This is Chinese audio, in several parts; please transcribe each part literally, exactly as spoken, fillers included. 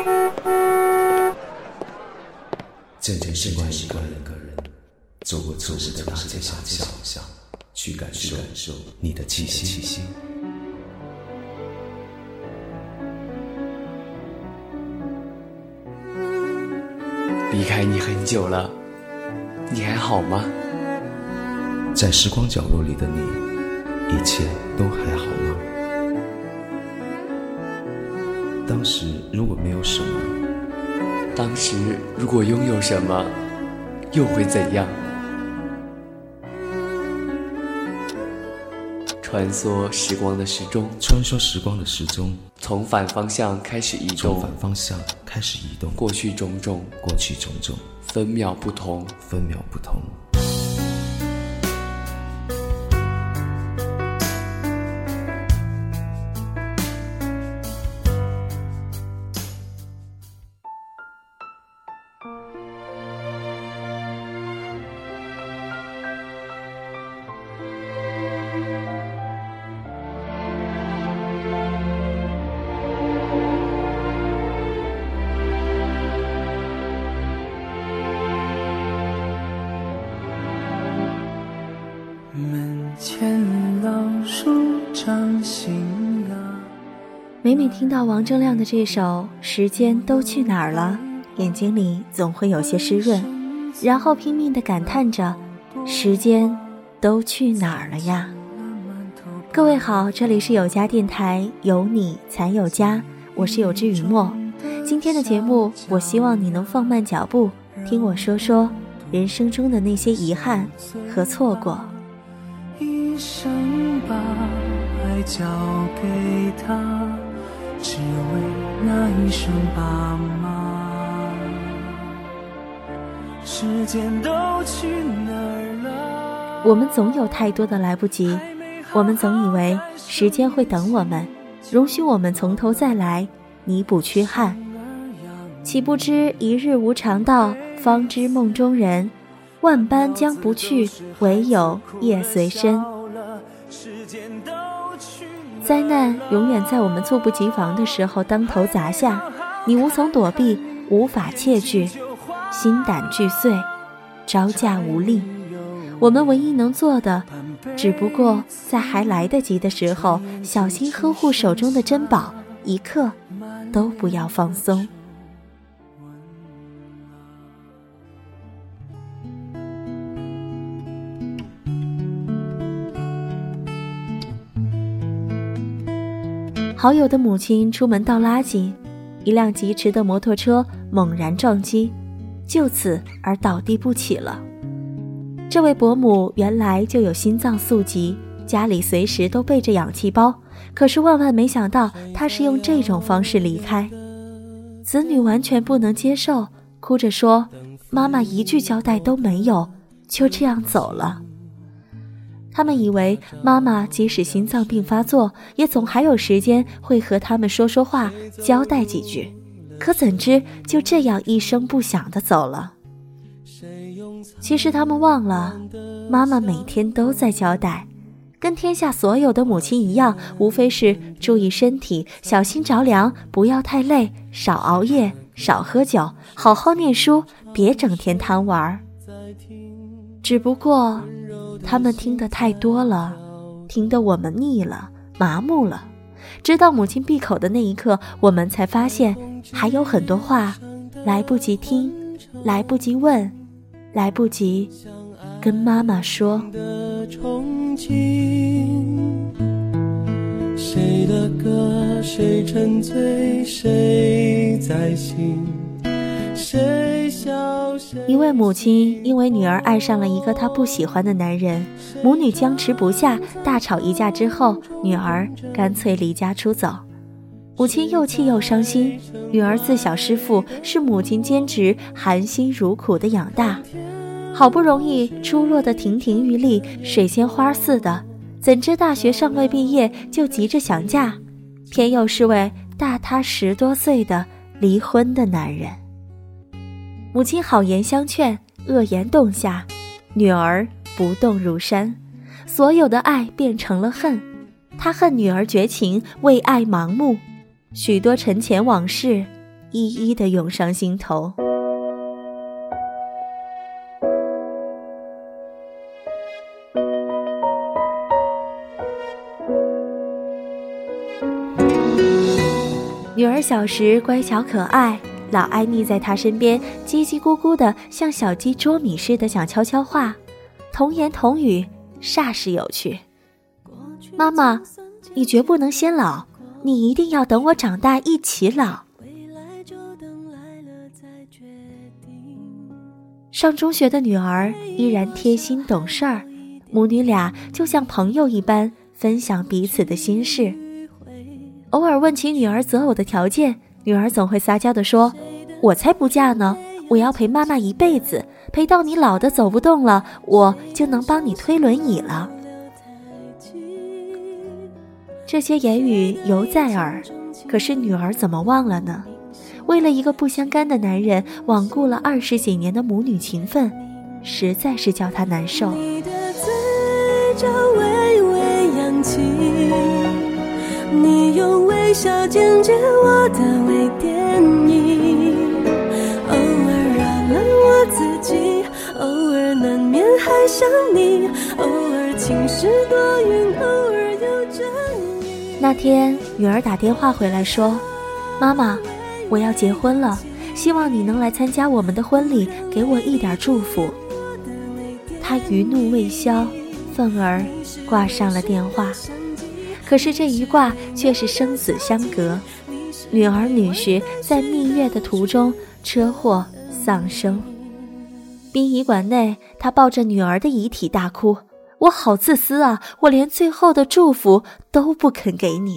渐渐习惯一个人走过错误的大街小巷，去感受你的气息。 离开你很久了，你还好吗？ 在时光角落里的你，一切都还好吗？当时如果没有什么， 当时如果拥有什么，又会怎样？穿梭时光的时钟， 穿梭时光的时钟， 从反方向开始移动， 从反方向开始移动， 过去种种， 过去种种， 分秒不同， 分秒不同。 每每听到王铮亮的这首《时间都去哪儿了》，眼睛里总会有些湿润，然后拼命地感叹着时间都去哪儿了呀。各位好，这里是有家电台，有你才有家，我是有志雨墨。今天的节目，我希望你能放慢脚步，听我说说人生中的那些遗憾和错过。 一生把爱交给他，只为那一声爸妈。时间都去哪儿了？ 我们总有太多的来不及，我们总以为时间会等我们，容许我们从头再来，弥补缺憾。岂不知一日无常到，方知梦中人。万般将不去，唯有夜随身。灾难永远在我们猝不及防的时候当头砸下，你无从躲避，无法窃据，心胆俱碎，招架无力。我们唯一能做的，只不过在还来得及的时候，小心呵护手中的珍宝，一刻都不要放松。好友的母亲出门倒垃圾，一辆疾驰的摩托车猛然撞击，就此而倒地不起了。这位伯母原来就有心脏素疾，家里随时都备着氧气包，可是万万没想到她是用这种方式离开。子女完全不能接受，哭着说妈妈一句交代都没有，就这样走了。他们以为妈妈即使心脏病发作，也总还有时间会和他们说说话，交代几句，可怎知就这样一声不响地走了。其实他们忘了，妈妈每天都在交代，跟天下所有的母亲一样，无非是注意身体，小心着凉，不要太累，少熬夜，少喝酒，好好念书，别整天贪玩。只不过他们听得太多了，听得我们腻了，麻木了。直到母亲闭口的那一刻，我们才发现还有很多话来不及听，来不及问，来不及跟妈妈说。 谁的歌，谁沉醉，谁在心，谁笑谁。 一位母亲因为女儿爱上了一个她不喜欢的男人，母女僵持不下，大吵一架之后，女儿干脆离家出走。母亲又气又伤心，女儿自小失父，是母亲兼职含辛茹苦的养大，好不容易出落得亭亭玉立，水仙花似的，怎知大学尚未毕业就急着想嫁，偏又是位大她十多岁的离婚的男人。母亲好言相劝，恶言动下，女儿不动如山，所有的爱变成了恨。她恨女儿绝情，为爱盲目，许多陈前往事一一地涌上心头。女儿小时乖巧可爱，老爱腻在她身边，叽叽咕咕的像小鸡啄米似的讲悄悄话，童言童语，煞是有趣。妈妈，你绝不能先老，你一定要等我长大一起老。上中学的女儿依然贴心懂事儿，母女俩就像朋友一般分享彼此的心事。偶尔问起女儿择偶的条件，女儿总会撒娇地说，我才不嫁呢，我要陪妈妈一辈子，陪到你老的走不动了，我就能帮你推轮椅了。这些言语犹在耳，可是女儿怎么忘了呢？为了一个不相干的男人，罔顾了二十几年的母女情分，实在是叫她难受。 你的嘴角微微扬起，你用微笑剪接我的微电影，偶尔扰了我自己，偶尔难免还想你，偶尔晴时多云，偶尔有阵雨。 那天女儿打电话回来说，妈妈，我要结婚了，希望你能来参加我们的婚礼，给我一点祝福。她余怒未消，愤而挂上了电话。可是这一挂却是生死相隔，女儿女婿在蜜月的途中车祸丧生。殡仪馆内，他抱着女儿的遗体大哭，我好自私啊，我连最后的祝福都不肯给你。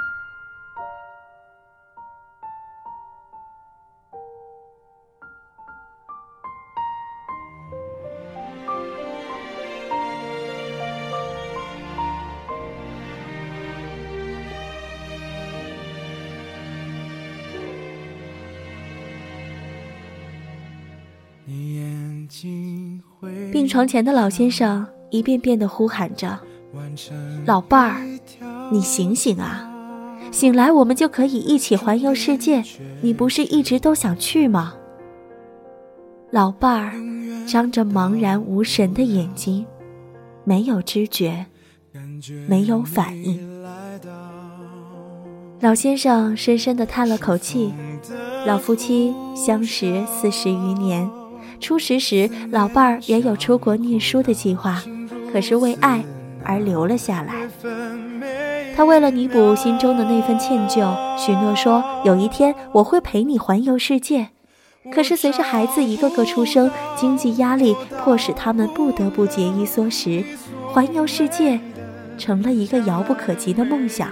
病床前的老先生一遍遍地呼喊着，老伴儿，你醒醒啊，醒来我们就可以一起环游世界，你不是一直都想去吗？老伴儿张着茫然无神的眼睛，没有知觉，没有反应。老先生深深地叹了口气，老夫妻相识四十余年，初识时老伴儿也有出国念书的计划，可是为爱而留了下来。他为了弥补心中的那份歉疚，许诺说有一天我会陪你环游世界。可是随着孩子一个个出生，经济压力迫使他们不得不节衣缩食，环游世界成了一个遥不可及的梦想。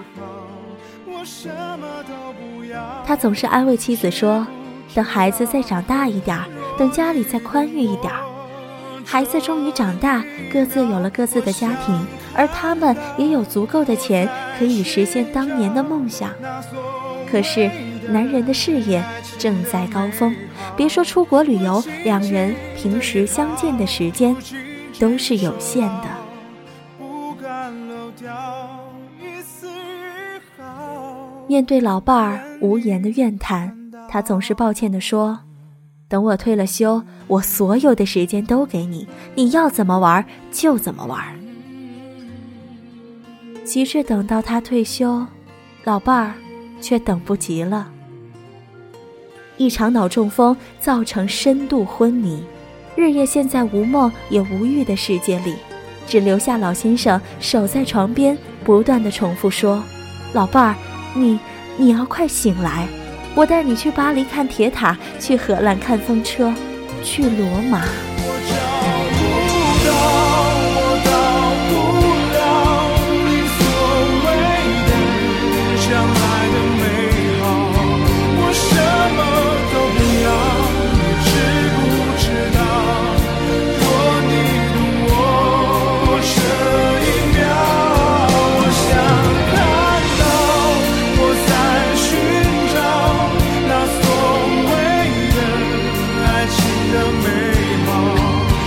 他总是安慰妻子说，等孩子再长大一点，等家里再宽裕一点。孩子终于长大，各自有了各自的家庭，而他们也有足够的钱可以实现当年的梦想。可是男人的事业正在高峰，别说出国旅游，两人平时相见的时间都是有限的。面对老伴儿无言的怨叹，他总是抱歉地说，等我退了休，我所有的时间都给你，你要怎么玩就怎么玩。急着等到他退休，老伴儿却等不及了。一场脑中风造成深度昏迷，日夜陷在无梦也无欲的世界里，只留下老先生守在床边，不断地重复说，老伴儿，你你要快醒来，我带你去巴黎看铁塔，去荷兰看风车，去罗马。 我找不到，我到不了你所谓的将来的美好，我什么都不要，你知不知道，若你懂我，我这一秒，我想看到我在寻找那所谓的爱情的美好。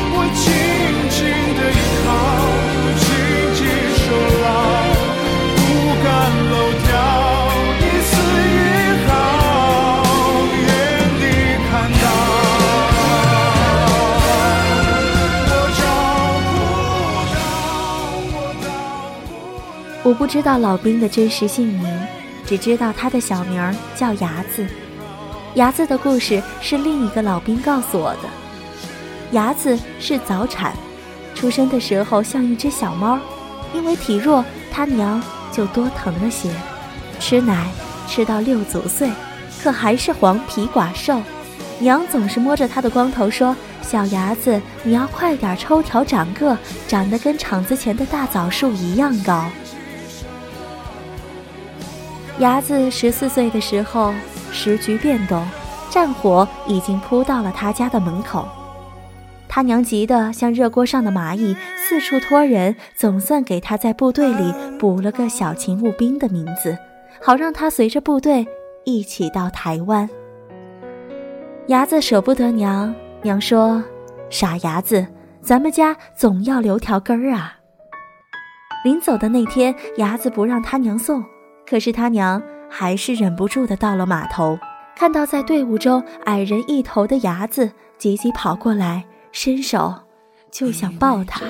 我不知道老兵的真实姓名，只知道他的小名叫牙子。牙子的故事是另一个老兵告诉我的。牙子是早产，出生的时候像一只小猫，因为体弱，他娘就多疼了些，吃奶吃到六足岁，可还是黄皮寡瘦。娘总是摸着他的光头说，小牙子，你要快点抽条长个，长得跟厂子前的大枣树一样高。牙子十四岁的时候，时局变动，战火已经扑到了他家的门口。他娘急得像热锅上的蚂蚁，四处托人，总算给他在部队里补了个小勤务兵的名字，好让他随着部队一起到台湾。牙子舍不得娘，娘说，傻牙子，咱们家总要留条根儿啊。临走的那天，牙子不让他娘送，可是他娘还是忍不住的到了码头，看到在队伍中矮人一头的牙子，急急跑过来，伸手就想抱他。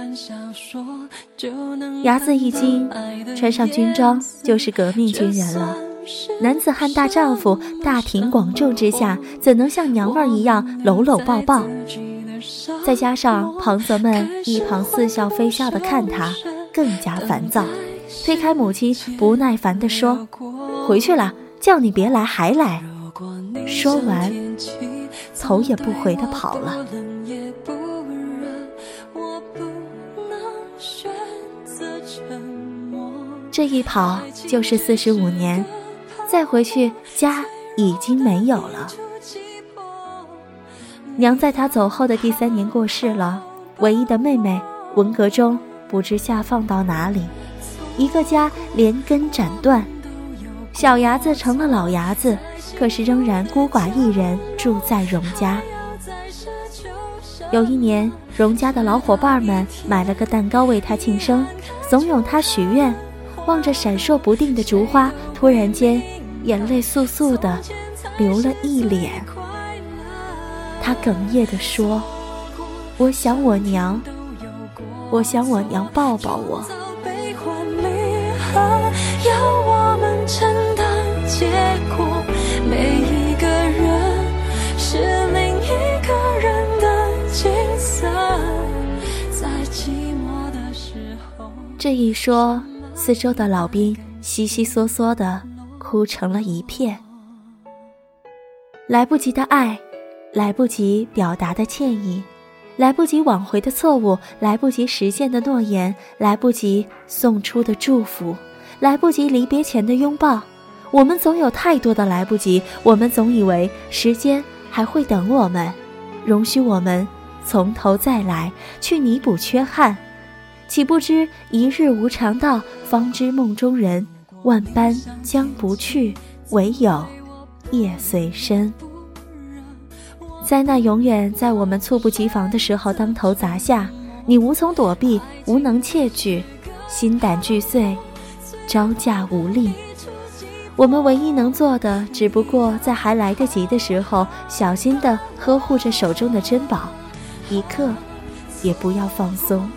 牙子一惊，穿上军装就是革命军人了。男子汉大丈夫，大庭广众之下，怎能像娘们儿一样搂搂抱抱？再加上旁泽们一旁似笑非笑地看他，更加烦躁，推开母亲，不耐烦地说，回去了，叫你别来还来。说完，头也不回地跑了。这一跑就是四十五年，再回去家已经没有了。娘在他走后的第三年过世了，唯一的妹妹文革中不知下放到哪里，一个家连根斩断。小牙子成了老牙子，可是仍然孤寡一人住在荣家。有一年，荣家的老伙伴们买了个蛋糕为他庆生，怂恿他许愿，望着闪烁不定的烛花，突然间眼泪簌簌地流了一脸。他哽咽地说，我想我娘，我想我娘抱抱我。要我们承担结果，每一个人是另一个人的景色，在寂寞的时候。这一说，四周的老兵悉悉嗦嗦地哭成了一片。来不及的爱，来不及表达的歉意，来不及挽回的错误，来不及实现的诺言，来不及送出的祝福，来不及离别前的拥抱。我们总有太多的来不及，我们总以为时间还会等我们，容许我们从头再来，去弥补缺憾。岂不知一日无常到，方知梦中人，万般将不去，唯有夜随身。灾难永远在我们猝不及防的时候当头砸下，你无从躲避，无能窃据，心胆俱碎，招架无力。我们唯一能做的，只不过在还来得及的时候，小心地呵护着手中的珍宝，一刻也不要放松。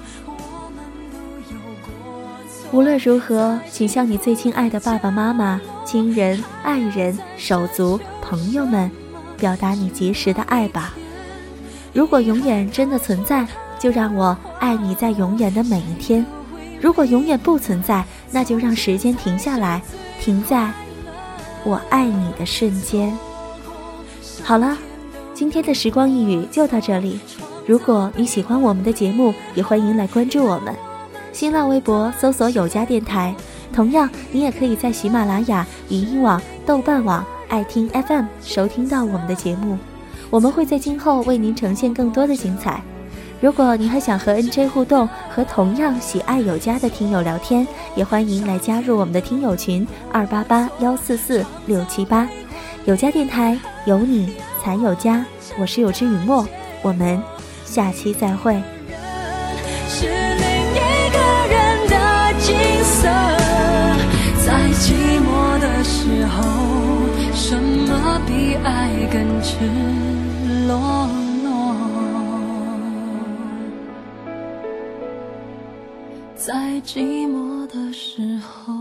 无论如何，请向你最亲爱的爸爸妈妈、亲人、爱人、手足、朋友们表达你及时的爱吧。如果永远真的存在，就让我爱你在永远的每一天；如果永远不存在，那就让时间停下来，停在我爱你的瞬间。好了，今天的时光一语就到这里。如果你喜欢我们的节目，也欢迎来关注我们。新浪微博搜索有家电台，同样你也可以在喜马拉雅、语音网、豆瓣网、爱听 F M 收听到我们的节目。我们会在今后为您呈现更多的精彩。如果你还想和 N J 互动，和同样喜爱有家的听友聊天，也欢迎来加入我们的听友群二八八幺四四六七八。有家电台，有你才有家。我是有之雨墨，我们下期再会。 是另一个人的景色，在寂寞的时候，什么比爱更赤裸裸？在寂寞的时候。